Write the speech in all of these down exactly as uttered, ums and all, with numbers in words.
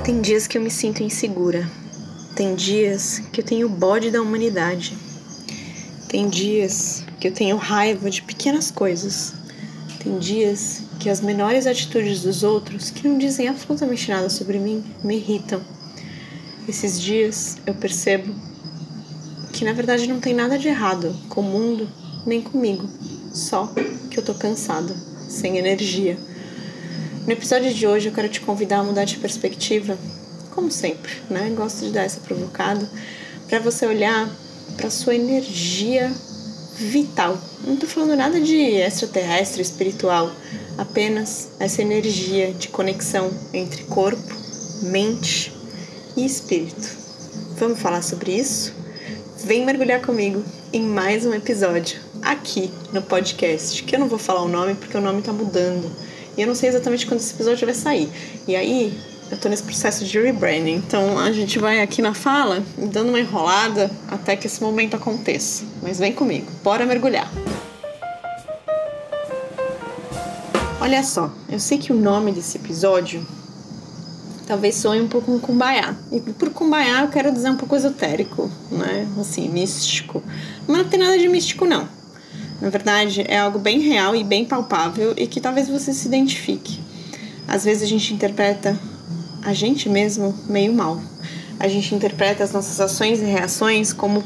Tem dias que eu me sinto insegura. Tem dias que eu tenho bode da humanidade. Tem dias que eu tenho raiva de pequenas coisas. Tem dias que as menores atitudes dos outros, que não dizem absolutamente nada sobre mim, me irritam. Esses dias eu percebo que na verdade não tem nada de errado com o mundo, nem comigo. Só que eu tô cansada, sem energia. No episódio de hoje eu quero te convidar a mudar de perspectiva, como sempre, né? Gosto de dar essa provocada, para você olhar para sua energia vital. Não tô falando nada de extraterrestre, espiritual, apenas essa energia de conexão entre corpo, mente e espírito. Vamos falar sobre isso? Vem mergulhar comigo em mais um episódio aqui no podcast, que eu não vou falar o nome porque o nome tá mudando. E eu não sei exatamente quando esse episódio vai sair. E aí, eu tô nesse processo de rebranding. Então, a gente vai aqui na fala, dando uma enrolada até que esse momento aconteça. Mas vem comigo, bora mergulhar. Olha só, eu sei que o nome desse episódio talvez soe um pouco um kumbaya. E por kumbaya eu quero dizer um pouco esotérico, né? Assim, místico. Mas não tem nada de místico, não. Na verdade, é algo bem real e bem palpável e que talvez você se identifique. Às vezes a gente interpreta a gente mesmo meio mal. A gente interpreta as nossas ações e reações como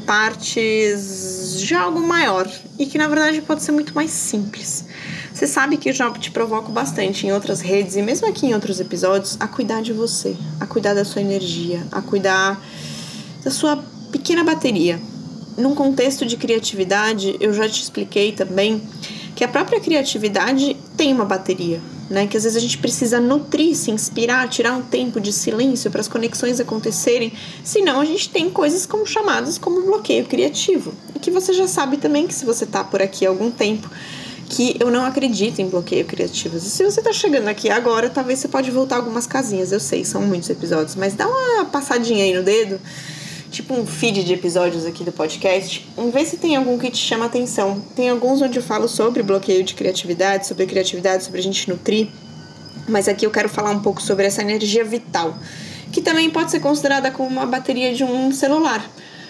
partes de algo maior e que na verdade pode ser muito mais simples. Você sabe que eu já te provoco bastante em outras redes e mesmo aqui em outros episódios a cuidar de você, a cuidar da sua energia, a cuidar da sua pequena bateria. Num contexto de criatividade, eu já te expliquei também que a própria criatividade tem uma bateria, né? Que às vezes a gente precisa nutrir, se inspirar, tirar um tempo de silêncio para as conexões acontecerem, senão a gente tem coisas como chamadas como bloqueio criativo. E que você já sabe também que se você tá por aqui há algum tempo, que eu não acredito em bloqueio criativo. E se você tá chegando aqui agora, talvez você pode voltar algumas casinhas, eu sei, são muitos episódios, mas dá uma passadinha aí no dedo, tipo um feed de episódios aqui do podcast, vê se tem algum que te chama atenção. Tem alguns onde eu falo sobre bloqueio de criatividade, sobre criatividade, sobre a gente nutrir, mas aqui eu quero falar um pouco sobre essa energia vital, que também pode ser considerada como uma bateria de um celular,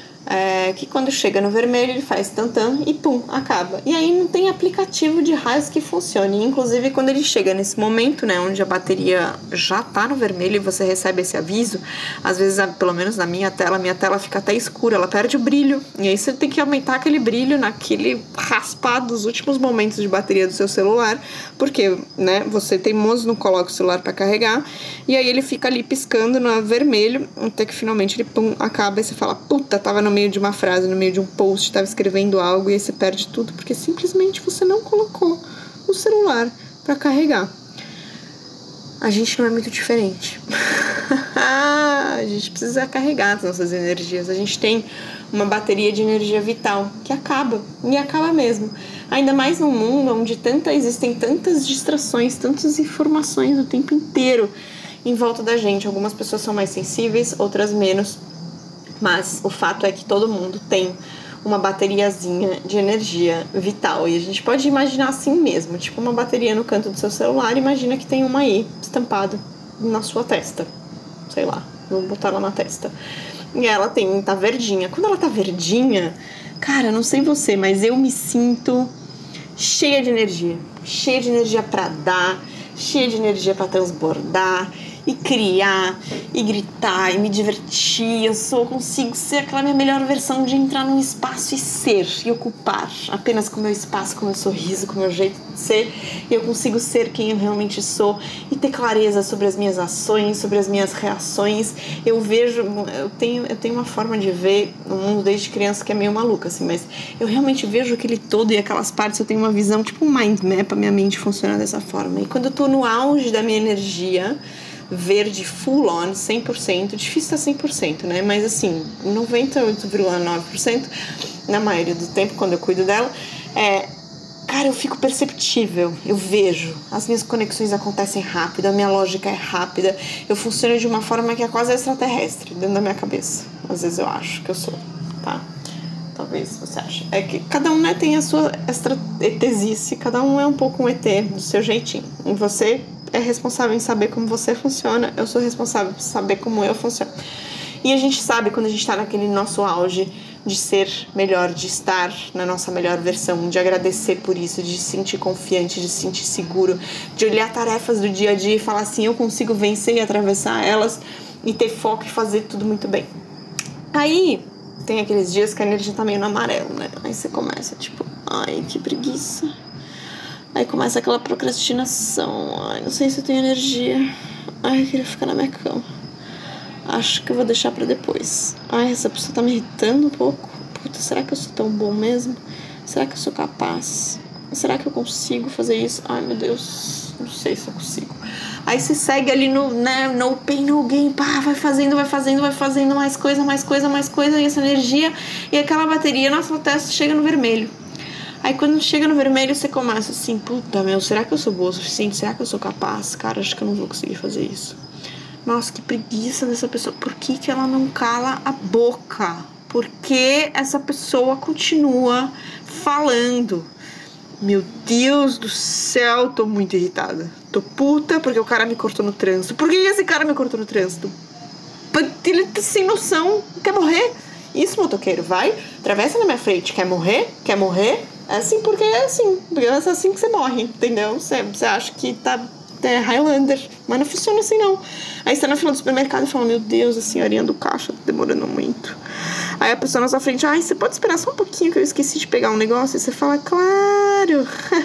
é, que quando chega no vermelho ele faz tantã e pum, acaba. E aí não tem aplicativo de raios que funcione. Inclusive quando ele chega nesse momento, né, onde a bateria já tá no vermelho e você recebe esse aviso, às vezes, pelo menos na minha tela, minha tela fica até escura, ela perde o brilho. E aí você tem que aumentar aquele brilho naquele raspar dos últimos momentos de bateria do seu celular, porque, né, você teimoso não coloca o celular para carregar, e aí ele fica ali piscando no vermelho, até que finalmente ele pum, acaba e você fala, puta, tava no meio de uma frase, no meio de um post, estava escrevendo algo e aí você perde tudo porque simplesmente você não colocou o celular para carregar. A gente não é muito diferente. A gente precisa carregar as nossas energias. A gente tem uma bateria de energia vital que acaba, e acaba mesmo. Ainda mais num mundo onde tanta, existem tantas distrações, tantas informações o tempo inteiro em volta da gente. Algumas pessoas são mais sensíveis, outras menos. Mas o fato é que todo mundo tem uma bateriazinha de energia vital. E a gente pode imaginar assim mesmo, tipo uma bateria no canto do seu celular. Imagina que tem uma aí, estampada na sua testa. Sei lá, vou botar ela na testa. E ela tem, tá verdinha. Quando ela tá verdinha, cara, não sei você, mas eu me sinto cheia de energia. Cheia de energia pra dar, cheia de energia pra transbordar. E criar, e gritar, e me divertir. Eu sou, consigo ser aquela minha melhor versão de entrar num espaço e ser, e ocupar apenas com o meu espaço, com o meu sorriso, com o meu jeito de ser. E eu consigo ser quem eu realmente sou e ter clareza sobre as minhas ações, sobre as minhas reações. Eu vejo, eu tenho, eu tenho uma forma de ver o mundo desde criança que é meio maluca, assim, mas eu realmente vejo aquele todo e aquelas partes, eu tenho uma visão, tipo um mind map, a minha mente funciona dessa forma. E quando eu tô no auge da minha energia, verde full on, cem por cento, difícil estar cem por cento, né? Mas assim, noventa e oito vírgula nove por cento na maioria do tempo, quando eu cuido dela, é, cara, eu fico perceptível, eu vejo, as minhas conexões acontecem rápido, a minha lógica é rápida, eu funciono de uma forma que é quase extraterrestre dentro da minha cabeça. Às vezes eu acho que eu sou, tá? Talvez você ache. É que cada um, né, tem a sua extra ETzice, cada um é um pouco um E T do seu jeitinho. E você é responsável em saber como você funciona, eu sou responsável por saber como eu funciono. E a gente sabe quando a gente tá naquele nosso auge de ser melhor, de estar na nossa melhor versão, de agradecer por isso, de se sentir confiante, de se sentir seguro, de olhar tarefas do dia a dia e falar assim, eu consigo vencer e atravessar elas e ter foco e fazer tudo muito bem. Aí tem aqueles dias que a energia tá meio no amarelo, né? Aí você começa tipo, ai, que preguiça. Aí começa aquela procrastinação, ai, não sei se eu tenho energia, ai, eu queria ficar na minha cama. Acho que eu vou deixar pra depois. Ai, essa pessoa tá me irritando um pouco. Puta, será que eu sou tão bom mesmo? Será que eu sou capaz? Será que eu consigo fazer isso? Ai, meu Deus, não sei se eu consigo. Aí você segue ali no, né, no pain, no gain, pá, vai fazendo, vai fazendo, vai fazendo mais coisa, mais coisa, mais coisa, e essa energia, e aquela bateria, nossa, até chega no vermelho. Aí quando chega no vermelho, você começa assim, puta, meu, será que eu sou boa o suficiente? Será que eu sou capaz? Cara, acho que eu não vou conseguir fazer isso. Nossa, que preguiça dessa pessoa. Por que que ela não cala a boca? Por que essa pessoa continua falando? Meu Deus do céu, tô muito irritada. Tô puta porque o cara me cortou no trânsito. Por que esse cara me cortou no trânsito? Ele tá sem noção, quer morrer. Isso, motoqueiro, vai, atravessa na minha frente, quer morrer? Quer morrer? É assim porque é assim. Porque é assim que você morre, entendeu? Você, você acha que tá... é Highlander, mas não funciona assim não. Aí você tá na fila do supermercado e fala, meu Deus, a senhorinha do caixa tá demorando muito. Aí a pessoa na sua frente, ai, você pode esperar só um pouquinho que eu esqueci de pegar um negócio? E você fala, claro.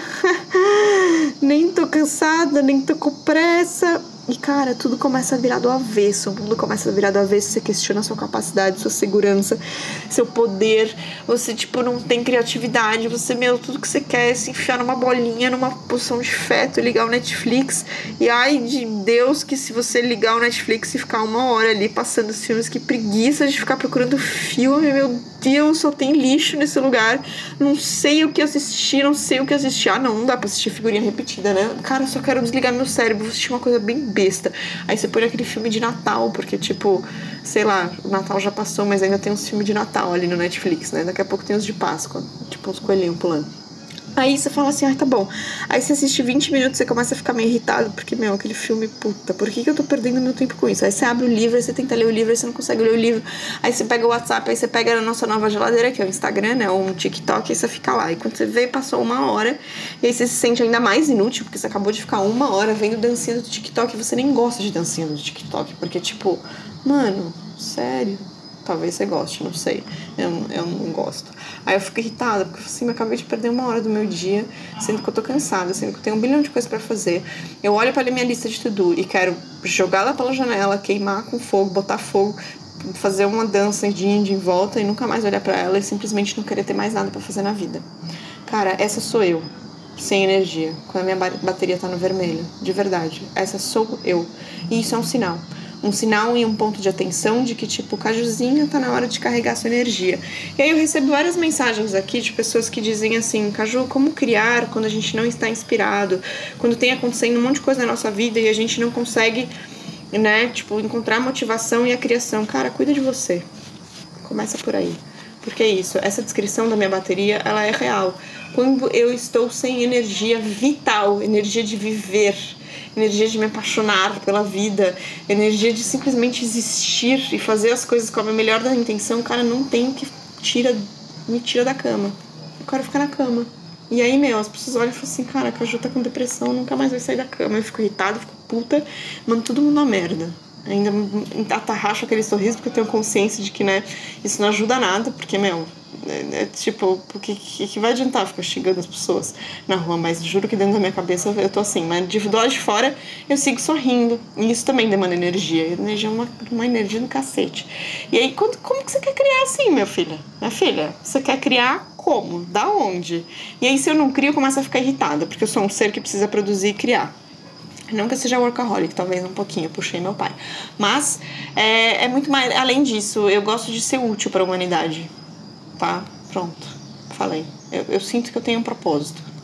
Nem tô cansada, nem tô com pressa. E cara, tudo começa a virar do avesso. O mundo começa a virar do avesso. Você questiona a sua capacidade, sua segurança, seu poder. Você, tipo, não tem criatividade. Você, meu, tudo que você quer é se enfiar numa bolinha, numa poção de feto e ligar o Netflix. E ai de Deus, que se você ligar o Netflix e ficar uma hora ali passando os filmes, que preguiça de ficar procurando filme. Meu Deus, só tem lixo nesse lugar. Não sei o que assistir, não sei o que assistir. Ah, não, não dá pra assistir figurinha repetida, né? Cara, eu só quero desligar meu cérebro, vou assistir uma coisa bem besta. Aí você põe aquele filme de Natal, porque, tipo, sei lá, o Natal já passou, mas ainda tem uns filmes de Natal ali no Netflix, né? Daqui a pouco tem os de Páscoa, tipo uns coelhinhos pulando. Aí você fala assim, ah, tá bom. Aí você assiste vinte minutos, você começa a ficar meio irritado, porque, meu, aquele filme, puta, por que que eu tô perdendo meu tempo com isso? Aí você abre o livro, aí você tenta ler o livro, aí você não consegue ler o livro. Aí você pega o WhatsApp, aí você pega a nossa nova geladeira, que é o Instagram, né, ou um TikTok, aí você fica lá. E quando você vê, passou uma hora, e aí você se sente ainda mais inútil, porque você acabou de ficar uma hora vendo dancinha do TikTok, e você nem gosta de dancinha do TikTok, porque, tipo, mano, sério... Talvez você goste, não sei. Eu, eu não gosto. Aí eu fico irritada, porque assim, eu acabei de perder uma hora do meu dia, sendo que eu tô cansada, sendo que eu tenho um bilhão de coisas pra fazer. Eu olho pra minha lista de to-do e quero jogar ela pela janela, queimar com fogo, botar fogo, fazer uma dança de índia em volta e nunca mais olhar pra ela e simplesmente não querer ter mais nada pra fazer na vida. Cara, essa sou eu, sem energia, quando a minha bateria tá no vermelho. De verdade. Essa sou eu. E isso é um sinal. Um sinal e um ponto de atenção de que, tipo, Cajuzinha, tá na hora de carregar sua energia. E aí eu recebo várias mensagens aqui de pessoas que dizem assim, Caju, como criar quando a gente não está inspirado? Quando tem acontecendo um monte de coisa na nossa vida e a gente não consegue, né, tipo, encontrar a motivação e a criação. Cara, cuida de você. Começa por aí. Porque é isso, essa descrição da minha bateria, ela é real. Quando eu estou sem energia vital, energia de viver, energia de me apaixonar pela vida, energia de simplesmente existir e fazer as coisas com a melhor da intenção, cara, não tem o que tira, me tira da cama. Eu quero ficar na cama. E aí, meu, as pessoas olham e falam assim, cara, a Caju tá com depressão, nunca mais vai sair da cama. Eu fico irritada, fico puta, mando todo mundo na merda. Ainda atarracho aquele sorriso porque eu tenho consciência de que, né, isso não ajuda nada, porque, meu, é, é tipo, o que, que, que vai adiantar ficar xingando as pessoas na rua? Mas juro que dentro da minha cabeça eu, eu tô assim, mas de do lado de fora eu sigo sorrindo, e isso também demanda energia. Energia é uma, uma energia do cacete. E aí, quando, como que você quer criar assim, minha filha? Minha filha, você quer criar como? Da onde? E aí, se eu não crio, eu começo a ficar irritada, porque eu sou um ser que precisa produzir e criar. Não que eu seja workaholic, talvez um pouquinho, eu puxei meu pai. Mas é, é muito mais... Além disso, eu gosto de ser útil para a humanidade. Tá? Pronto. Falei. Eu, eu sinto que eu tenho um propósito.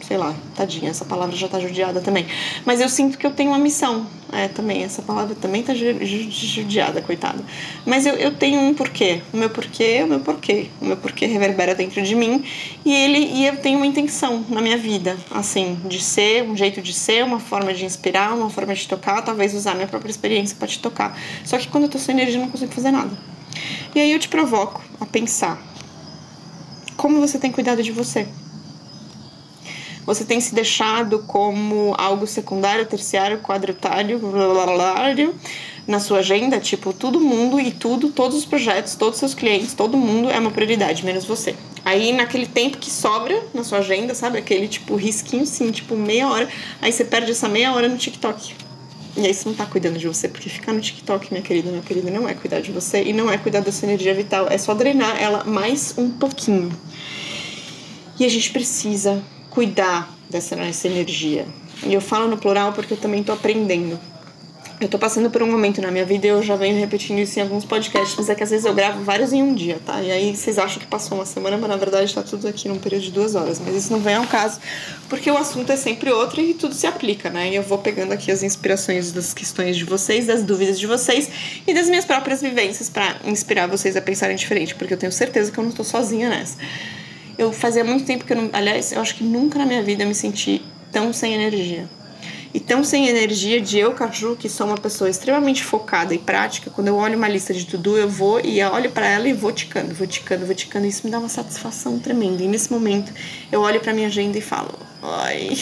sei lá, tadinha, essa palavra já tá judiada também. Mas eu sinto que eu tenho uma missão. É, também, essa palavra também tá ju- ju- judiada, coitada. Mas eu, eu tenho um porquê. O meu porquê é o meu porquê. O meu porquê reverbera dentro de mim. E ele e eu tenho uma intenção na minha vida, assim, de ser, um jeito de ser, uma forma de inspirar, uma forma de tocar, talvez usar minha própria experiência pra te tocar. Só que quando eu tô sem energia, eu não consigo fazer nada. E aí eu te provoco a pensar. Como você tem cuidado de você? Você tem se deixado como algo secundário, terciário, quadritário, na sua agenda? Tipo, todo mundo e tudo, todos os projetos, todos os seus clientes, todo mundo é uma prioridade, menos você. Aí, naquele tempo que sobra na sua agenda, sabe? Aquele, tipo, risquinho, sim, tipo, meia hora. Aí você perde essa meia hora no TikTok. E aí você não tá cuidando de você, porque ficar no TikTok, minha querida, minha querida, não é cuidar de você e não é cuidar da sua energia vital. É só drenar ela mais um pouquinho. E a gente precisa cuidar dessa nossa energia. E eu falo no plural porque eu também tô aprendendo. Eu tô passando por um momento na minha vida e eu já venho repetindo isso em alguns podcasts, mas é que às vezes eu gravo vários em um dia, tá? E aí vocês acham que passou uma semana, mas na verdade tá tudo aqui num período de duas horas. Mas isso não vem ao caso, porque o assunto é sempre outro e tudo se aplica, né? E eu vou pegando aqui as inspirações das questões de vocês, das dúvidas de vocês e das minhas próprias vivências pra inspirar vocês a pensarem diferente, porque eu tenho certeza que eu não tô sozinha nessa. Eu fazia muito tempo que eu não... Aliás, eu acho que nunca na minha vida eu me senti tão sem energia. E tão sem energia de eu, Caju, que sou uma pessoa extremamente focada e prática. Quando eu olho uma lista de tudo, eu vou e eu olho pra ela e vou ticando, vou ticando, vou ticando. E isso me dá uma satisfação tremenda. E nesse momento, eu olho pra minha agenda e falo... Ai...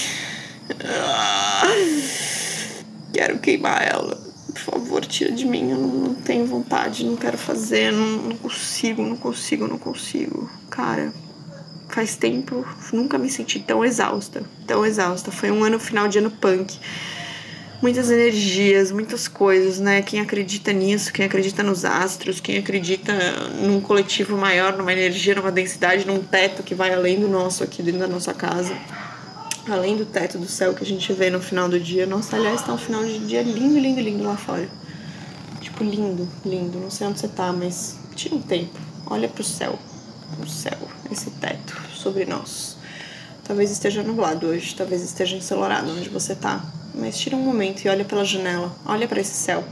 Quero queimar ela. Por favor, tira de mim. Eu não, não tenho vontade, não quero fazer. Não, não consigo, não consigo, não consigo. Cara... Faz tempo, nunca me senti tão exausta, tão exausta. Foi um ano, final de ano punk. Muitas energias, muitas coisas, né? Quem acredita nisso, quem acredita nos astros, quem acredita num coletivo maior, numa energia, numa densidade, num teto que vai além do nosso aqui dentro da nossa casa. Além do teto do céu que a gente vê no final do dia. Nossa, aliás, tá um final de dia lindo, lindo, lindo lá fora. Tipo, lindo, lindo. Não sei onde você tá, mas tira um tempo. Olha pro céu. No céu, esse teto sobre nós. Talvez esteja nublado hoje, talvez esteja ensolarado onde você tá, mas tira um momento e olha pela janela, olha pra esse céu.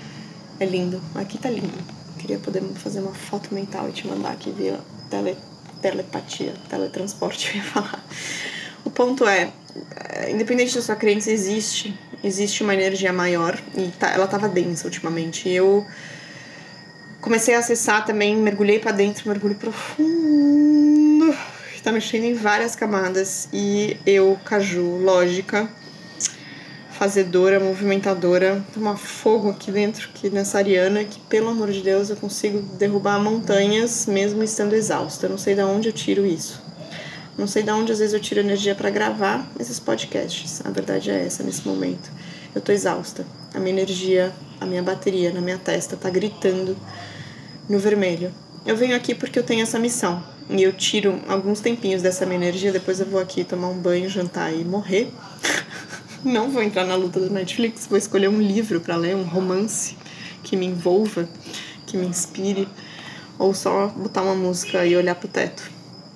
É lindo, aqui tá lindo. Queria poder fazer uma foto mental e te mandar aqui via tele, telepatia, teletransporte, eu ia falar. O ponto é, independente da sua crença, existe, existe uma energia maior e tá, ela tava densa ultimamente. E eu comecei a acessar também, mergulhei pra dentro, mergulho profundo, tá mexendo em várias camadas. E eu, Caju, lógica, fazedora, movimentadora, tem um fogo aqui dentro, que nessa Ariana, que pelo amor de Deus eu consigo derrubar montanhas mesmo estando exausta. Eu não sei de onde eu tiro isso. Não sei de onde às vezes eu tiro energia pra gravar esses podcasts. A verdade é essa nesse momento. Eu tô exausta. A minha energia, a minha bateria na minha testa tá gritando no vermelho. Eu venho aqui porque eu tenho essa missão. E eu tiro alguns tempinhos dessa minha energia. Depois eu vou aqui tomar um banho, jantar e morrer. Não vou entrar na luta do Netflix. Vou escolher um livro pra ler, um romance que me envolva, que me inspire. Ou só botar uma música e olhar pro teto.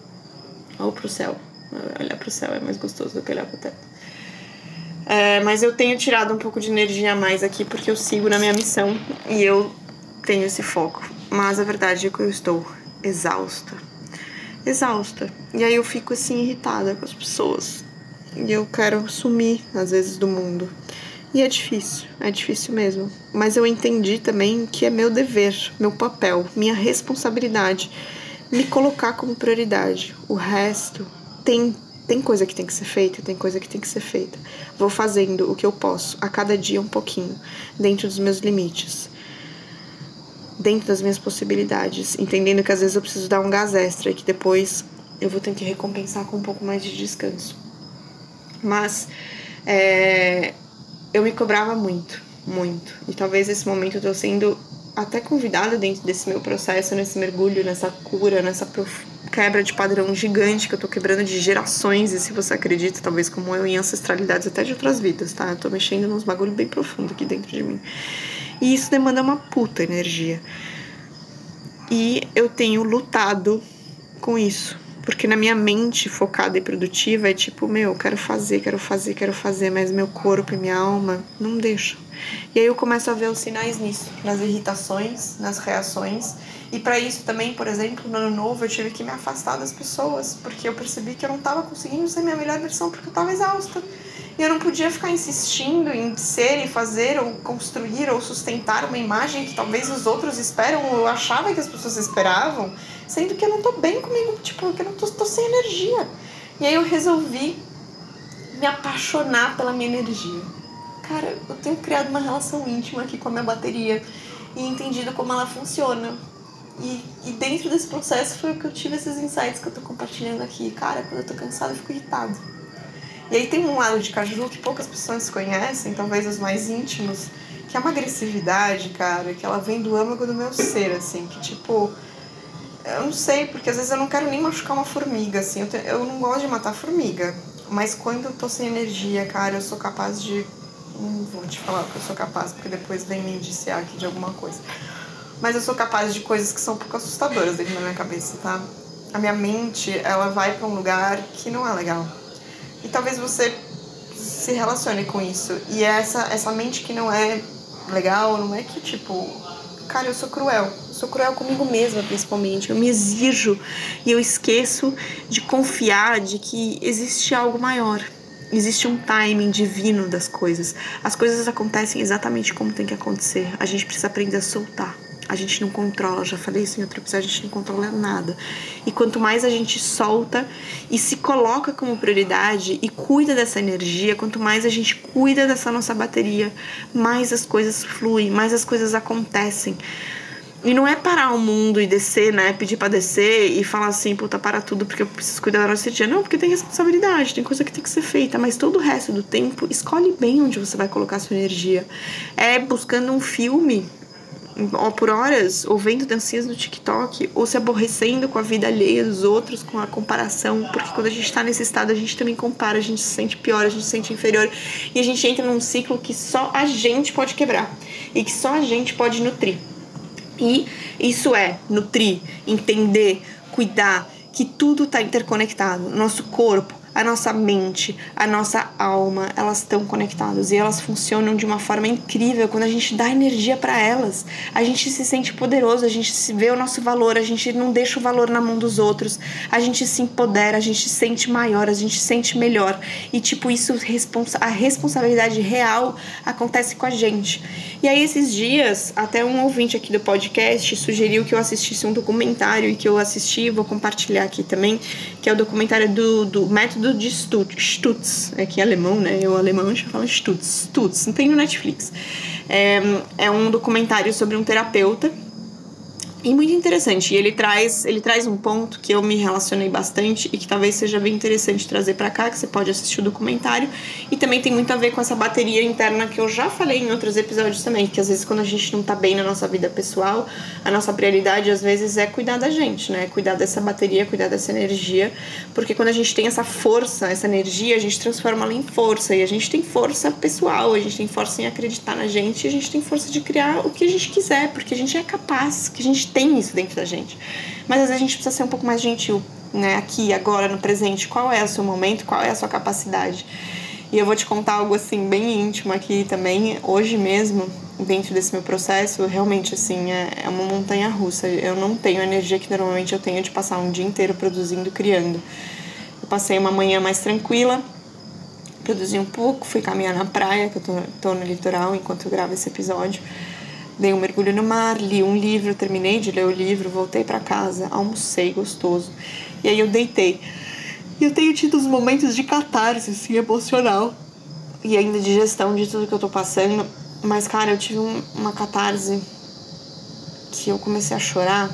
Ou pro céu. Olhar pro céu é mais gostoso do que olhar pro teto. É, mas eu tenho tirado um pouco de energia a mais aqui porque eu sigo na minha missão e eu tenho esse foco. Mas a verdade é que eu estou exausta. Exausta. E aí eu fico assim irritada com as pessoas. E eu quero sumir, às vezes, do mundo. E é difícil, é difícil mesmo. Mas eu entendi também que é meu dever, meu papel, minha responsabilidade me colocar como prioridade. O resto tem, tem coisa que tem que ser feita, tem coisa que tem que ser feita. Vou fazendo o que eu posso, a cada dia um pouquinho, dentro dos meus limites, dentro das minhas possibilidades, entendendo que às vezes eu preciso dar um gás extra e que depois eu vou ter que recompensar com um pouco mais de descanso. Mas é, eu me cobrava muito, muito. E talvez nesse momento eu tô sendo até convidada dentro desse meu processo, nesse mergulho, nessa cura, nessa prof... quebra de padrão gigante que eu tô quebrando de gerações. E se você acredita, talvez como eu, em ancestralidades até de outras vidas, tá? Eu tô mexendo nos bagulho bem profundo aqui dentro de mim. E isso demanda uma puta energia. E eu tenho lutado com isso. Porque na minha mente focada e produtiva é tipo, meu, quero fazer, quero fazer, quero fazer, mas meu corpo e minha alma não deixam. E aí eu começo a ver os sinais nisso, nas irritações, nas reações. E para isso também, por exemplo, no ano novo eu tive que me afastar das pessoas, porque eu percebi que eu não tava conseguindo ser minha melhor versão porque eu tava exausta. E eu não podia ficar insistindo em ser e fazer ou construir ou sustentar uma imagem que talvez os outros esperam ou eu achava que as pessoas esperavam, sendo que eu não tô bem comigo, tipo, que eu não tô, tô sem energia. E aí eu resolvi me apaixonar pela minha energia. Cara, eu tenho criado uma relação íntima aqui com a minha bateria e entendido como ela funciona. E, e dentro desse processo foi o que eu tive esses insights que eu tô compartilhando aqui. Cara, quando eu tô cansada eu fico irritado. E aí tem um lado de Caju que poucas pessoas conhecem, talvez os mais íntimos, que é uma agressividade, cara, que ela vem do âmago do meu ser, assim, que tipo... Eu não sei, porque às vezes eu não quero nem machucar uma formiga, assim, eu, te, eu não gosto de matar formiga, mas quando eu tô sem energia, cara, eu sou capaz de... Não vou te falar o que eu sou capaz, porque depois vem me indiciar aqui de alguma coisa. Mas eu sou capaz de coisas que são um pouco assustadoras dentro da minha cabeça, tá? A minha mente, ela vai pra um lugar que não é legal. E talvez você se relacione com isso. E essa, essa mente que não é legal, não é que tipo... Cara, eu sou cruel. Eu sou cruel comigo mesma, principalmente. Eu me exijo e eu esqueço de confiar de que existe algo maior. Existe um timing divino das coisas. As coisas acontecem exatamente como tem que acontecer. A gente precisa aprender a soltar. A gente não controla, já falei isso em outro episódio, a gente não controla nada. E quanto mais a gente solta e se coloca como prioridade e cuida dessa energia, quanto mais a gente cuida dessa nossa bateria, mais as coisas fluem, mais as coisas acontecem. E não é parar o mundo e descer, né? Pedir pra descer e falar assim, puta, para tudo porque eu preciso cuidar da nossa energia. Não, porque tem responsabilidade, tem coisa que tem que ser feita. Mas todo o resto do tempo, escolhe bem onde você vai colocar a sua energia. É buscando um filme... ou por horas, ou vendo dancinhas no TikTok, ou se aborrecendo com a vida alheia dos outros, com a comparação, porque quando a gente tá nesse estado, a gente também compara, a gente se sente pior, a gente se sente inferior, e a gente entra num ciclo que só a gente pode quebrar, e que só a gente pode nutrir. E isso é nutrir, entender, cuidar, que tudo tá interconectado, nosso corpo, a nossa mente, a nossa alma, elas estão conectadas e elas funcionam de uma forma incrível quando a gente dá energia para elas. A gente se sente poderoso, a gente se vê o nosso valor, a gente não deixa o valor na mão dos outros, a gente se empodera, a gente se sente maior, a gente se sente melhor. E tipo, isso, a responsabilidade real acontece com a gente. E aí esses dias, até um ouvinte aqui do podcast sugeriu que eu assistisse um documentário e que eu assisti, vou compartilhar aqui também, que é o documentário do, do método de Stutz, é que é alemão, né? Eu alemão já falo Stutz, Stutz, não tem no Netflix. É, é um documentário sobre um terapeuta e muito interessante. E ele traz, ele traz um ponto que eu me relacionei bastante e que talvez seja bem interessante trazer pra cá, que você pode assistir o documentário. E também tem muito a ver com essa bateria interna que eu já falei em outros episódios também, que às vezes quando a gente não tá bem na nossa vida pessoal, a nossa prioridade às vezes é cuidar da gente, né? Cuidar dessa bateria, cuidar dessa energia, porque quando a gente tem essa força, essa energia, a gente transforma ela em força, e a gente tem força pessoal, a gente tem força em acreditar na gente, e a gente tem força de criar o que a gente quiser, porque a gente é capaz, que a gente tem isso dentro da gente. Mas às vezes a gente precisa ser um pouco mais gentil, né? Aqui, agora, no presente. Qual é o seu momento? Qual é a sua capacidade? E eu vou te contar algo assim bem íntimo aqui também, hoje mesmo, dentro desse meu processo, realmente assim, é, é uma montanha russa. Eu não tenho a energia que normalmente eu tenho de passar um dia inteiro produzindo, criando. Eu passei uma manhã mais tranquila, produzi um pouco, fui caminhar na praia, que eu tô, tô no litoral enquanto eu gravo esse episódio. Dei um mergulho no mar, li um livro, terminei de ler o livro, voltei pra casa, almocei gostoso. E aí eu deitei. E eu tenho tido uns momentos de catarse, assim, emocional. E ainda de gestão de tudo que eu tô passando. Mas, cara, eu tive um, uma catarse que eu comecei a chorar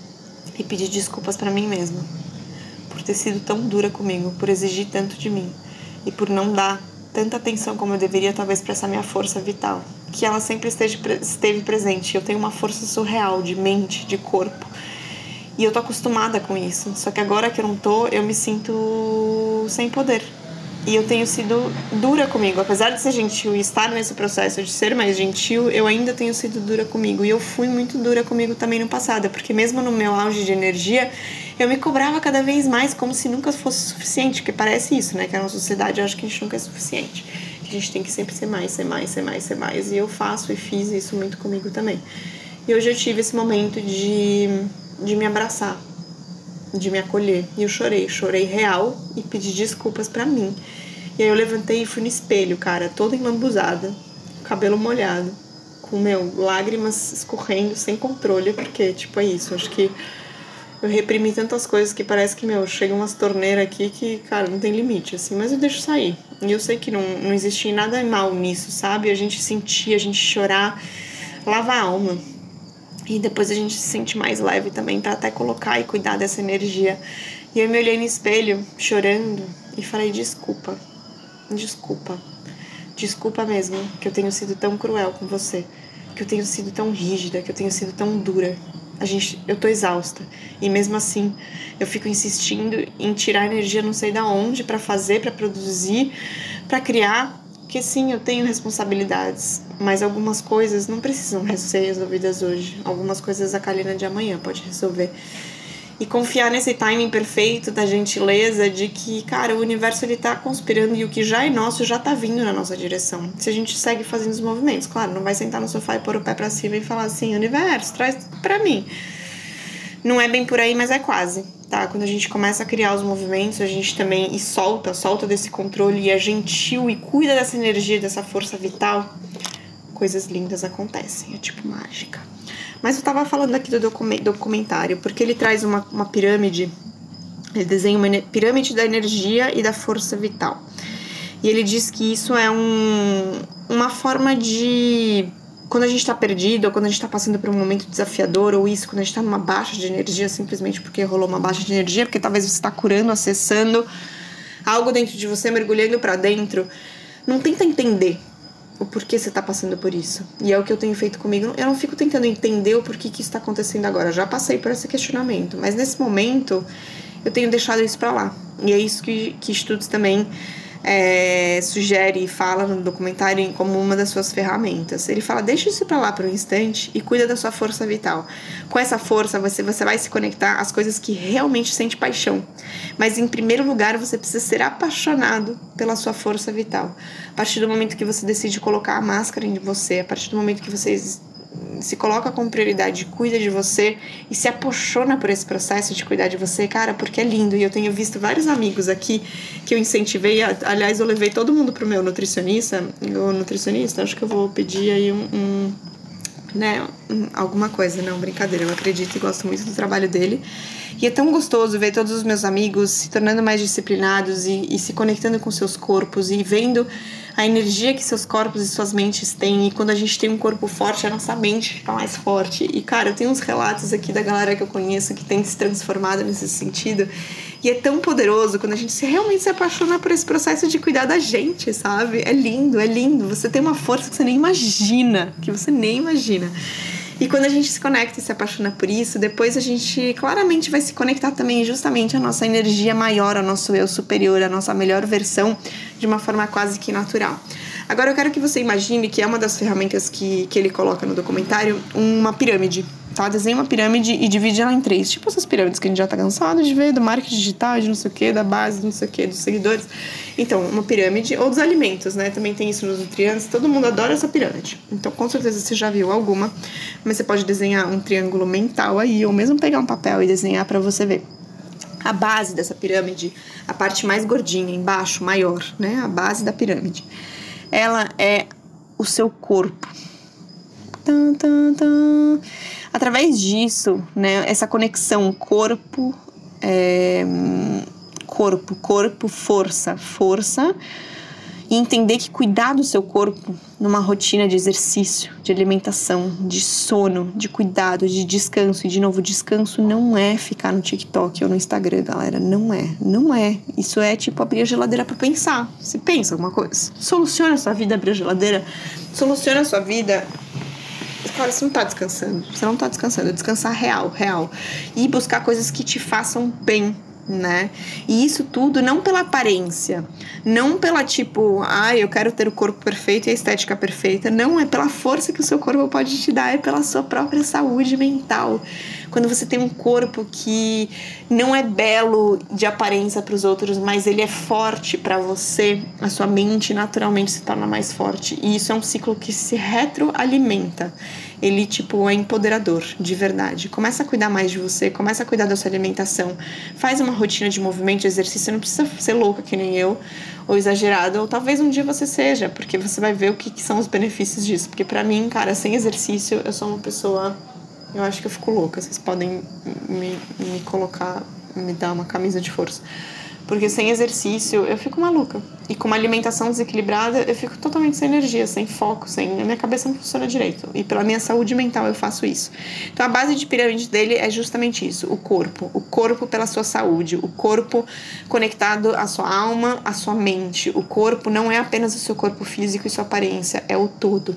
e pedir desculpas pra mim mesma. Por ter sido tão dura comigo, por exigir tanto de mim. E por não dar tanta atenção como eu deveria, talvez, pra essa minha força vital. Que ela sempre esteja, esteve presente. Eu tenho uma força surreal de mente, de corpo. E eu tô acostumada com isso. Só que agora que eu não tô, eu me sinto sem poder. E eu tenho sido dura comigo. Apesar de ser gentil e estar nesse processo de ser mais gentil, eu ainda tenho sido dura comigo. E eu fui muito dura comigo também no passado. Porque mesmo no meu auge de energia, eu me cobrava cada vez mais como se nunca fosse suficiente, porque parece isso, né? Que na sociedade eu acho que a gente nunca é suficiente. Que a gente tem que sempre ser mais, ser mais, ser mais, ser mais. E eu faço e fiz isso muito comigo também. E hoje eu tive esse momento de, de me abraçar, de me acolher. E eu chorei, chorei real e pedi desculpas pra mim. E aí eu levantei e fui no espelho, cara, toda enlambuzada, cabelo molhado, com, meu, lágrimas escorrendo sem controle, porque, tipo, é isso, acho que eu reprimi tantas coisas que parece que, meu, chega umas torneiras aqui que, cara, não tem limite, assim, mas eu deixo sair. E eu sei que não, não existia nada mal nisso, sabe? A gente sentir, a gente chorar, lava a alma. E depois a gente se sente mais leve também pra até colocar e cuidar dessa energia. E eu me olhei no espelho, chorando, e falei, desculpa, desculpa. Desculpa mesmo que eu tenho sido tão cruel com você, que eu tenho sido tão rígida, que eu tenho sido tão dura. A gente, eu tô exausta. E mesmo assim, eu fico insistindo em tirar energia não sei da onde pra fazer, pra produzir, pra criar. Porque sim, eu tenho responsabilidades, mas algumas coisas não precisam ser resolvidas hoje. Algumas coisas a Kalina de amanhã pode resolver. E confiar nesse timing perfeito da gentileza de que, cara, o universo ele tá conspirando e o que já é nosso já tá vindo na nossa direção. Se a gente segue fazendo os movimentos, claro, não vai sentar no sofá e pôr o pé pra cima e falar assim, universo, traz pra mim. Não é bem por aí, mas é quase, tá? Quando a gente começa a criar os movimentos, a gente também, e solta, solta desse controle e é gentil e cuida dessa energia, dessa força vital, coisas lindas acontecem, é tipo mágica. Mas eu tava falando aqui do documentário, porque ele traz uma, uma pirâmide, ele desenha uma pirâmide da energia e da força vital. E ele diz que isso é um, uma forma de... Quando a gente tá perdido, ou quando a gente tá passando por um momento desafiador, ou isso, quando a gente tá numa baixa de energia, simplesmente porque rolou uma baixa de energia, porque talvez você tá curando, acessando algo dentro de você, mergulhando pra dentro, não tenta entender o porquê você tá passando por isso. E é o que eu tenho feito comigo. Eu não fico tentando entender o porquê que isso tá acontecendo agora. Eu já passei por esse questionamento. Mas nesse momento, eu tenho deixado isso pra lá. E é isso que, que estudos também é, sugere e fala no documentário como uma das suas ferramentas. Ele fala, deixa isso pra lá por um instante e cuida da sua força vital. Com essa força, você, você vai se conectar às coisas que realmente sente paixão. Mas, em primeiro lugar, você precisa ser apaixonado pela sua força vital. A partir do momento que você decide colocar a máscara em você, a partir do momento que você se coloca como prioridade, cuida de você e se apaixona por esse processo de cuidar de você, cara, porque é lindo. E eu tenho visto vários amigos aqui que eu incentivei, aliás, eu levei todo mundo pro meu nutricionista, o nutricionista, acho que eu vou pedir aí um, um né, um, alguma coisa, não, brincadeira, eu acredito e gosto muito do trabalho dele. E é tão gostoso ver todos os meus amigos se tornando mais disciplinados e, e se conectando com seus corpos e vendo a energia que seus corpos e suas mentes têm. E quando a gente tem um corpo forte, a nossa mente fica mais forte. E, cara, eu tenho uns relatos aqui da galera que eu conheço que tem se transformado nesse sentido. E é tão poderoso quando a gente se, realmente se apaixona por esse processo de cuidar da gente, sabe? É lindo, é lindo. Você tem uma força que você nem imagina, que você nem imagina. E quando a gente se conecta e se apaixona por isso, depois a gente claramente vai se conectar também justamente à nossa energia maior, ao nosso eu superior, à nossa melhor versão, de uma forma quase que natural. Agora eu quero que você imagine que é uma das ferramentas que, que ele coloca no documentário, uma pirâmide, tá? Desenha uma pirâmide e divide ela em três. Tipo essas pirâmides que a gente já tá cansado de ver, do marketing digital, de não sei o que, da base, não sei o que, dos seguidores. Então, uma pirâmide, ou dos alimentos, né? Também tem isso nos nutrientes, todo mundo adora essa pirâmide. Então, com certeza você já viu alguma, mas você pode desenhar um triângulo mental aí, ou mesmo pegar um papel e desenhar pra você ver. A base dessa pirâmide, a parte mais gordinha, embaixo, maior, né? A base da pirâmide. Ela é o seu corpo. Tum, tum, tum. Através disso, né, essa conexão corpo, é, corpo, corpo, força, força, e entender que cuidar do seu corpo numa rotina de exercício, de alimentação, de sono, de cuidado, de descanso, e de novo, descanso não é ficar no TikTok ou no Instagram, galera, não é, não é. Isso é tipo abrir a geladeira pra pensar. Você pensa alguma coisa? Soluciona a sua vida abrir a geladeira, soluciona a sua vida. Cara, você não tá descansando, você não tá descansando, descansar real, real. E buscar coisas que te façam bem, né? E isso tudo não pela aparência, não pela tipo, ah, eu quero ter o corpo perfeito e a estética perfeita, não, é pela força que o seu corpo pode te dar, é pela sua própria saúde mental. quando você tem um corpo que não é belo de aparência para os outros, mas ele é forte para você, a sua mente naturalmente se torna mais forte. E isso é um ciclo que se retroalimenta. Ele, tipo, é empoderador, de verdade. Começa a cuidar mais de você, começa a cuidar da sua alimentação. Faz uma rotina de movimento, de exercício. Você não precisa ser louca que nem eu, ou exagerada, ou talvez um dia você seja, porque você vai ver o que, que são os benefícios disso. Porque pra mim, cara, sem exercício, eu sou uma pessoa... Eu acho que eu fico louca. Vocês podem me, me colocar, me dar uma camisa de força. Porque sem exercício eu fico maluca. E com uma alimentação desequilibrada eu fico totalmente sem energia, sem foco, sem... a minha cabeça não funciona direito. E pela minha saúde mental eu faço isso. Então a base de pirâmide dele é justamente isso, o corpo. O corpo pela sua saúde, o corpo conectado à sua alma, à sua mente. O corpo não é apenas o seu corpo físico e sua aparência, é o todo.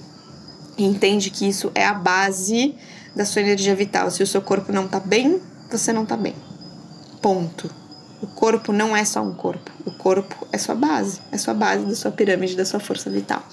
E entende que isso é a base da sua energia vital. Se o seu corpo não tá bem, você não tá bem. Ponto. O corpo não é só um corpo. O corpo é sua base. É sua base da sua pirâmide, da sua força vital.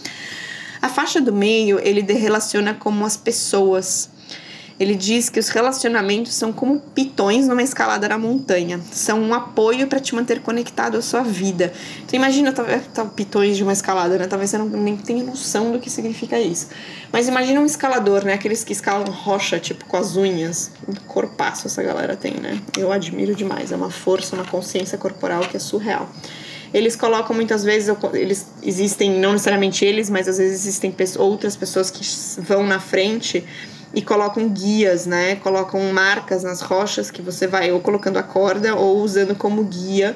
A faixa do meio, ele relaciona como as pessoas. Ele diz que os relacionamentos são como pitões numa escalada na montanha. São um apoio para te manter conectado à sua vida. Então imagina, talvez, tá, pitões de uma escalada, né? Talvez você não, nem tenha noção do que significa isso. Mas imagina um escalador, né? Aqueles que escalam rocha, tipo, com as unhas. Um corpaço essa galera tem, né? Eu admiro demais. É uma força, uma consciência corporal que é surreal. Eles colocam muitas vezes, eles existem, não necessariamente eles, mas às vezes existem outras pessoas que vão na frente e colocam guias, né? Colocam marcas nas rochas que você vai ou colocando a corda ou usando como guia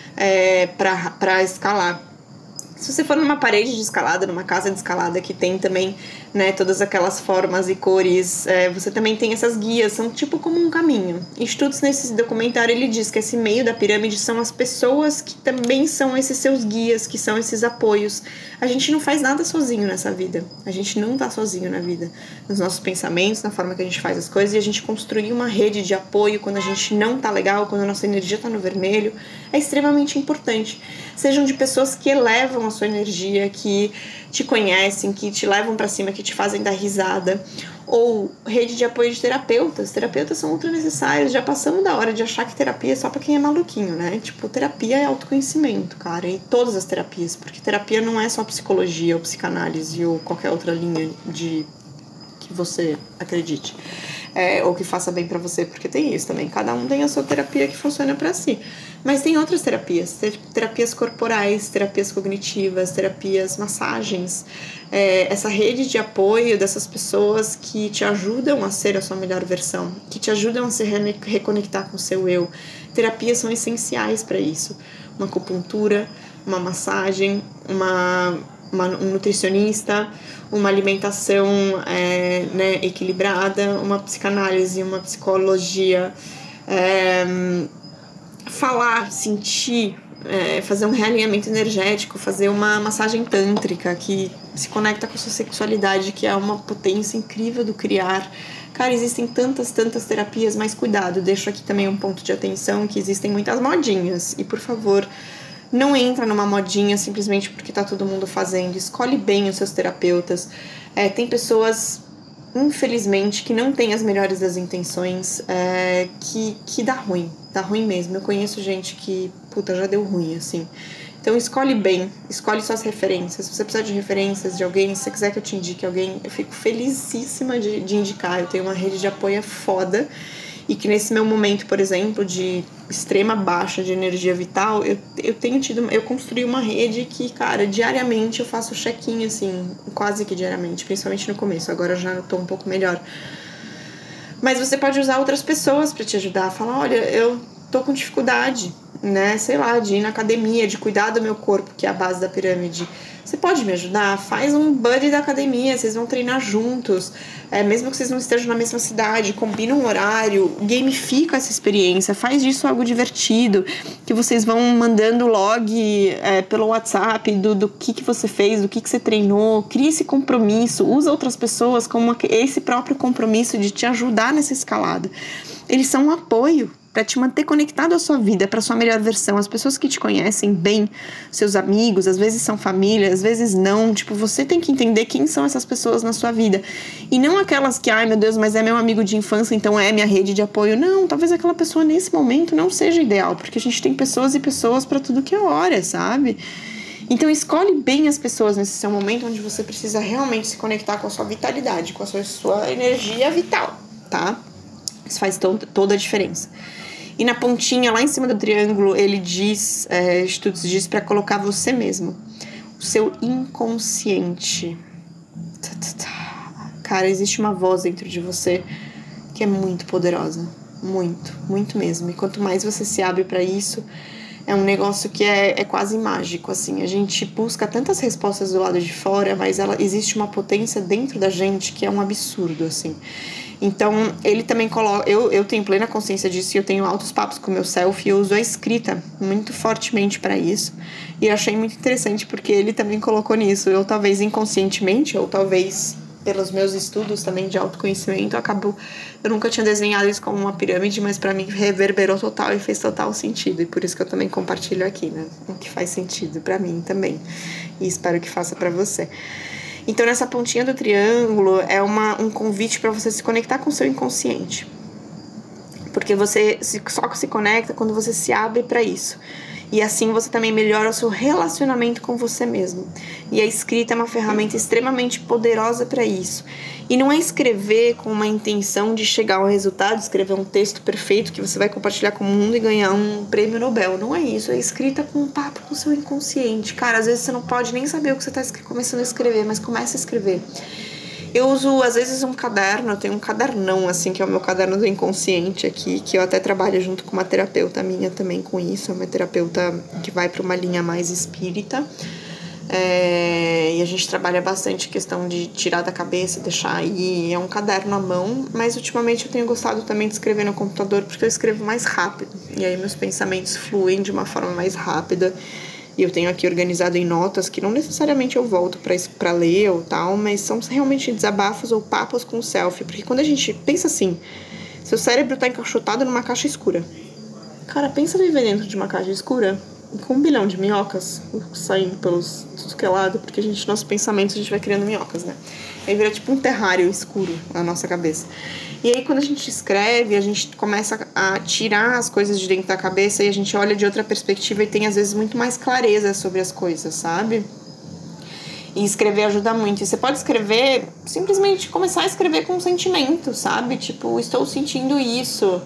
é, pra, pra escalar. Se você for numa parede de escalada, numa casa de escalada que tem também, né, todas aquelas formas e cores, é, você também tem essas guias, são tipo como um caminho. Estudos nesse documentário, ele diz que esse meio da pirâmide são as pessoas que também são esses seus guias, que são esses apoios. A gente não faz nada sozinho nessa vida, a gente não tá sozinho na vida, nos nossos pensamentos, na forma que a gente faz as coisas, e a gente construir uma rede de apoio quando a gente não tá legal, quando a nossa energia tá no vermelho, é extremamente importante. Sejam de pessoas que elevam a sua energia, que te conhecem, que te levam pra cima, que te fazem dar risada, ou rede de apoio de terapeutas. Terapeutas são ultra necessários. Já passamos da hora de achar que terapia é só pra quem é maluquinho, né? Tipo, terapia é autoconhecimento, cara, e todas as terapias, porque terapia não é só psicologia ou psicanálise ou qualquer outra linha de que você acredite, é, ou que faça bem pra você, porque tem isso também, cada um tem a sua terapia que funciona pra si. Mas tem outras terapias, terapias corporais, terapias cognitivas, terapias, massagens, é, essa rede de apoio dessas pessoas que te ajudam a ser a sua melhor versão, que te ajudam a se reconectar com o seu eu. Terapias são essenciais para isso. Uma acupuntura, uma massagem, uma, uma, um nutricionista, uma alimentação é, né, equilibrada, uma psicanálise, uma psicologia, é, falar, sentir, é, fazer um realinhamento energético, fazer uma massagem tântrica que se conecta com a sua sexualidade, que é uma potência incrível do criar. Cara, existem tantas, tantas terapias, mas cuidado, deixo aqui também um ponto de atenção que existem muitas modinhas. E, por favor, não entra numa modinha simplesmente porque tá todo mundo fazendo. Escolhe bem os seus terapeutas. É, tem pessoas, infelizmente, que não têm as melhores das intenções, é, que, que dá ruim. Dá ruim mesmo. Eu conheço gente que, puta, já deu ruim, assim. Então, escolhe bem. Escolhe suas referências. Se você precisar de referências de alguém, se você quiser que eu te indique alguém, eu fico felicíssima de, de indicar. Eu tenho uma rede de apoio foda. E que nesse meu momento, por exemplo, de extrema baixa de energia vital, eu, eu tenho tido... Eu construí uma rede que, cara, diariamente eu faço check-in, assim, quase que diariamente. Principalmente no começo. Agora eu já tô um pouco melhor. Mas você pode usar outras pessoas pra te ajudar. Falar, olha, eu tô com dificuldade, né? Sei lá, de ir na academia, de cuidar do meu corpo, que é a base da pirâmide. Você pode me ajudar? Faz um buddy da academia, vocês vão treinar juntos. É, mesmo que vocês não estejam na mesma cidade, combina um horário, gamifica essa experiência, faz disso algo divertido, que vocês vão mandando log é, pelo WhatsApp do, do que, que você fez, do que, que você treinou, cria esse compromisso, usa outras pessoas como esse próprio compromisso de te ajudar nessa escalada. Eles são um apoio, para te manter conectado à sua vida, para sua melhor versão. As pessoas que te conhecem bem, seus amigos, às vezes são família, às vezes não. Tipo, você tem que entender quem são essas pessoas na sua vida. E não aquelas que, ai meu Deus, mas é meu amigo de infância, então é minha rede de apoio. Não, talvez aquela pessoa nesse momento não seja ideal, porque a gente tem pessoas e pessoas para tudo que é hora, sabe? Então escolhe bem as pessoas nesse seu momento onde você precisa realmente se conectar com a sua vitalidade, com a sua, sua energia vital, tá? Isso faz to- toda a diferença. E na pontinha, lá em cima do triângulo, ele diz, é, estudos diz para colocar você mesmo, o seu inconsciente. Cara, existe uma voz dentro de você que é muito poderosa, muito, muito mesmo. E quanto mais você se abre para isso, é um negócio que é, é quase mágico, assim. A gente busca tantas respostas do lado de fora, mas ela, existe uma potência dentro da gente que é um absurdo, assim. Então, ele também coloca... Eu, eu tenho plena consciência disso e eu tenho altos papos com o meu self e eu uso a escrita muito fortemente para isso. E eu achei muito interessante porque ele também colocou nisso. Eu talvez inconscientemente, ou talvez pelos meus estudos também de autoconhecimento, acabou... Eu nunca tinha desenhado isso como uma pirâmide, mas para mim reverberou total e fez total sentido. E por isso que eu também compartilho aqui, né? O que faz sentido para mim também. E espero que faça para você. Então, nessa pontinha do triângulo, é uma, um convite para você se conectar com o seu inconsciente. Porque você se, só se conecta quando você se abre para isso. E assim você também melhora o seu relacionamento com você mesmo. E a escrita é uma ferramenta extremamente poderosa para isso. E não é escrever com uma intenção de chegar ao resultado, escrever um texto perfeito que você vai compartilhar com o mundo e ganhar um prêmio Nobel. Não é isso, é escrita com um papo com o seu inconsciente. Cara, às vezes você não pode nem saber o que você está começando a escrever, mas começa a escrever. Eu uso, às vezes, um caderno, eu tenho um cadernão, assim, que é o meu caderno do inconsciente aqui, que eu até trabalho junto com uma terapeuta minha também com isso, é uma terapeuta que vai para uma linha mais espírita, é, e a gente trabalha bastante questão de tirar da cabeça, deixar aí, é um caderno à mão, mas ultimamente eu tenho gostado também de escrever no computador, porque eu escrevo mais rápido, e aí meus pensamentos fluem de uma forma mais rápida. E eu tenho aqui organizado em notas que não necessariamente eu volto pra, pra ler ou tal, mas são realmente desabafos ou papos com o self. Porque quando a gente pensa assim, seu cérebro tá encaixotado numa caixa escura. Cara, pensa viver dentro de uma caixa escura com um bilhão de minhocas saindo pelos tudo que é lado, porque a gente, nossos pensamentos, a gente vai criando minhocas, né? Aí vira tipo um terrário escuro na nossa cabeça. E aí quando a gente escreve, a gente começa a tirar as coisas de dentro da cabeça e a gente olha de outra perspectiva e tem às vezes muito mais clareza sobre as coisas, sabe? E escrever ajuda muito. E você pode escrever, simplesmente começar a escrever com um sentimento, sabe? Tipo, estou sentindo isso.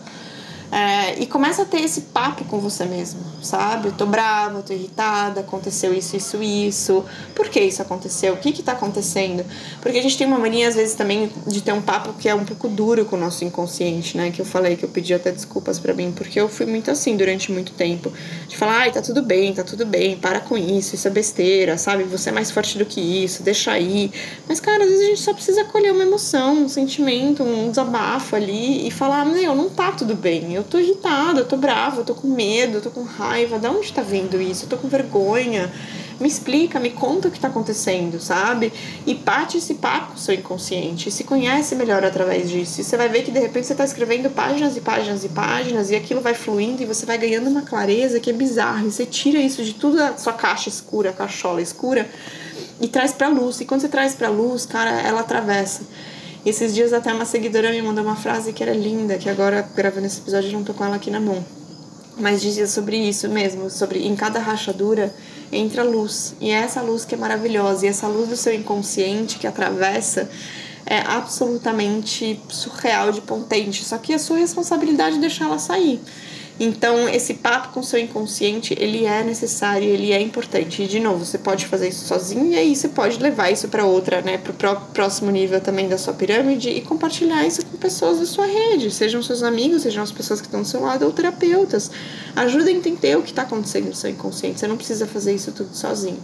É, e começa a ter esse papo com você mesmo, sabe? Eu tô brava, eu tô irritada, aconteceu isso, isso, isso. Por que isso aconteceu? O que que tá acontecendo? Porque a gente tem uma mania, às vezes, também de ter um papo que é um pouco duro com o nosso inconsciente, né? Que eu falei, que eu pedi até desculpas pra mim, porque eu fui muito assim durante muito tempo. De falar, ai, tá tudo bem, tá tudo bem, para com isso, isso é besteira, sabe? Você é mais forte do que isso, deixa aí. Mas, cara, às vezes a gente só precisa acolher uma emoção, um sentimento, um desabafo ali e falar, não, não tá tudo bem, eu tô irritada, eu tô brava, eu tô com medo, eu tô com raiva, de onde tá vindo isso? Eu tô com vergonha, me explica, me conta o que tá acontecendo, sabe? E bate esse papo com o seu inconsciente, se conhece melhor através disso, e você vai ver que de repente você tá escrevendo páginas e páginas e páginas, e aquilo vai fluindo, e você vai ganhando uma clareza que é bizarra, e você tira isso de tudo da sua caixa escura, cachola escura, e traz pra luz, e quando você traz pra luz, cara, ela atravessa. E esses dias até uma seguidora me mandou uma frase que era linda, que agora, gravando esse episódio, eu não tô com ela aqui na mão. Mas dizia sobre isso mesmo, sobre em cada rachadura entra luz. E é essa luz que é maravilhosa. E essa luz do seu inconsciente que atravessa é absolutamente surreal de potente. Só que é a sua responsabilidade deixar ela sair. Então, esse papo com o seu inconsciente, ele é necessário, ele é importante. E, de novo, você pode fazer isso sozinho e aí você pode levar isso para outra, né, para o próximo nível também da sua pirâmide e compartilhar isso com pessoas da sua rede, sejam seus amigos, sejam as pessoas que estão do seu lado ou terapeutas. Ajuda a entender o que está acontecendo no seu inconsciente. Você não precisa fazer isso tudo sozinho.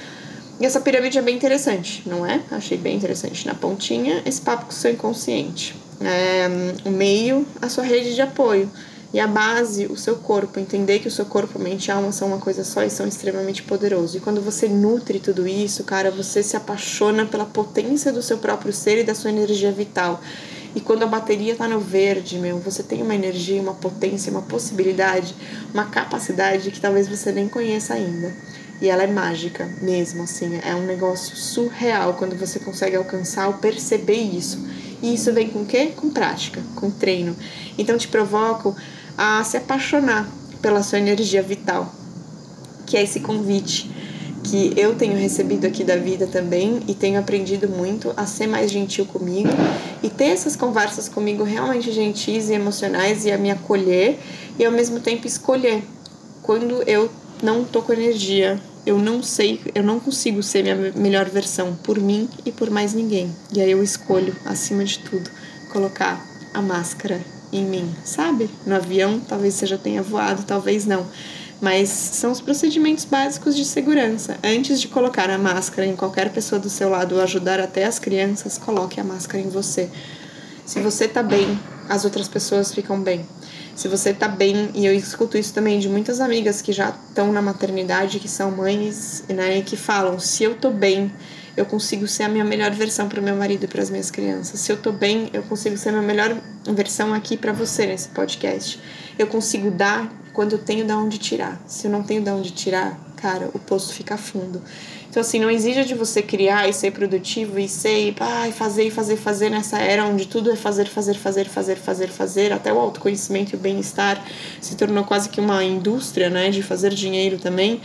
E essa pirâmide é bem interessante, não é? Achei bem interessante. Na pontinha, esse papo com o seu inconsciente. É, o meio, a sua rede de apoio. E a base, o seu corpo, entender que o seu corpo, mente e alma são uma coisa só e são extremamente poderosos. E quando você nutre tudo isso, cara, você se apaixona pela potência do seu próprio ser e da sua energia vital. E quando a bateria tá no verde, meu, você tem uma energia, uma potência, uma possibilidade, uma capacidade que talvez você nem conheça ainda. E ela é mágica mesmo, assim, é um negócio surreal quando você consegue alcançar ou perceber isso. E isso vem com o quê? Com prática, com treino. Então te provoco a se apaixonar pela sua energia vital, que é esse convite que eu tenho recebido aqui da vida também e tenho aprendido muito a ser mais gentil comigo e ter essas conversas comigo realmente gentis e emocionais e a me acolher e ao mesmo tempo escolher quando eu não tô com energia, eu não sei, eu não consigo ser minha melhor versão por mim e por mais ninguém. E aí eu escolho, acima de tudo, colocar a máscara em mim, sabe? No avião, talvez você já tenha voado, talvez não. Mas são os procedimentos básicos de segurança. Antes de colocar a máscara em qualquer pessoa do seu lado ou ajudar até as crianças, coloque a máscara em você. Se você tá bem, as outras pessoas ficam bem. Se você tá bem, e eu escuto isso também de muitas amigas que já estão na maternidade, que são mães, né, e que falam, se eu tô bem, eu consigo ser a minha melhor versão para o meu marido e para as minhas crianças. Se eu tô bem, eu consigo ser a minha melhor versão aqui para você nesse podcast. Eu consigo dar quando eu tenho de onde tirar. Se eu não tenho de onde tirar, cara, o poço fica fundo. Então, assim, não exija de você criar e ser produtivo e ser, ah, fazer e fazer, fazer nessa era onde tudo é fazer, fazer, fazer, fazer, fazer, fazer. Até o autoconhecimento e o bem-estar se tornou quase que uma indústria, né, de fazer dinheiro também.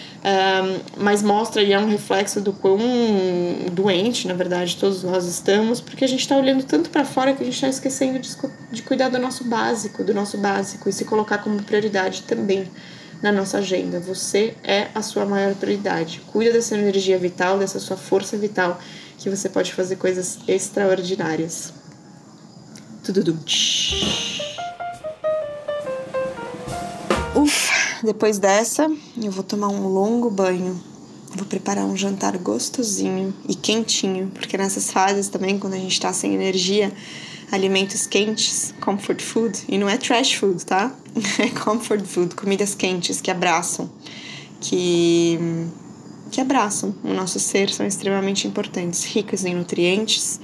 Um, mas mostra e é um reflexo do quão doente, na verdade, todos nós estamos, porque a gente está olhando tanto para fora que a gente está esquecendo de, de cuidar do nosso básico, do nosso básico e se colocar como prioridade também na nossa agenda. Você é a sua maior prioridade. Cuida dessa energia vital, dessa sua força vital, que você pode fazer coisas extraordinárias. Tudo dum. Ufa, depois dessa, eu vou tomar um longo banho. Vou preparar um jantar gostosinho e quentinho, porque nessas fases também, quando a gente tá sem energia, alimentos quentes, comfort food, e não é trash food, tá? É comfort food, comidas quentes que abraçam, que, que abraçam o nosso ser, são extremamente importantes, ricas em nutrientes,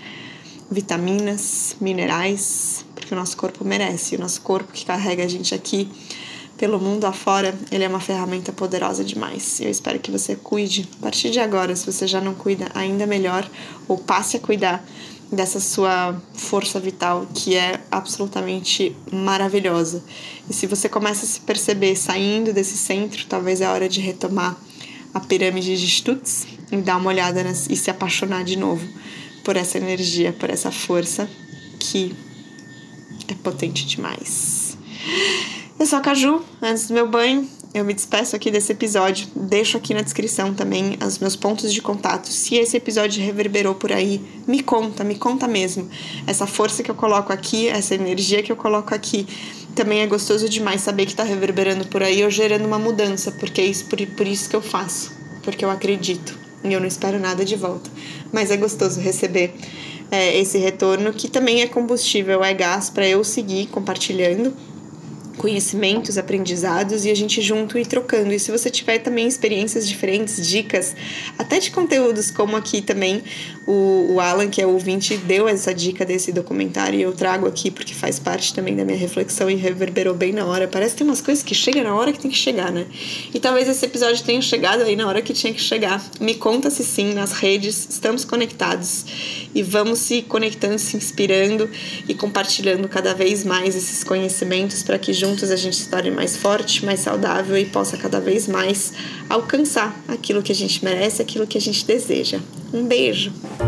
vitaminas, minerais, porque o nosso corpo merece, o nosso corpo que carrega a gente aqui pelo mundo afora, ele é uma ferramenta poderosa demais. Eu espero que você cuide, a partir de agora, se você já não cuida, ainda melhor, ou passe a cuidar dessa sua força vital, que é absolutamente maravilhosa. E se você começa a se perceber saindo desse centro, talvez é a hora de retomar a pirâmide de Stutz e dar uma olhada nas, e se apaixonar de novo por essa energia, por essa força que é potente demais. Eu sou a Caju, antes do meu banho, eu me despeço aqui desse episódio, deixo aqui na descrição também os meus pontos de contato. Se esse episódio reverberou por aí, me conta, me conta mesmo. Essa força que eu coloco aqui, essa energia que eu coloco aqui, também é gostoso demais saber que tá reverberando por aí ou gerando uma mudança, porque é isso, por, por isso que eu faço, porque eu acredito e eu não espero nada de volta. Mas é gostoso receber é, esse retorno, que também é combustível, é gás para eu seguir compartilhando conhecimentos, aprendizados e a gente junto e trocando. E se você tiver também experiências diferentes, dicas, até de conteúdos, como aqui também o, o Alan, que é o ouvinte, deu essa dica desse documentário e eu trago aqui porque faz parte também da minha reflexão e reverberou bem na hora. Parece que tem umas coisas que chegam na hora que tem que chegar, né? E talvez esse episódio tenha chegado aí na hora que tinha que chegar. Me conta se sim, nas redes, estamos conectados e vamos se conectando, se inspirando e compartilhando cada vez mais esses conhecimentos para que juntos Juntos a gente se torne mais forte, mais saudável e possa cada vez mais alcançar aquilo que a gente merece, aquilo que a gente deseja. Um beijo!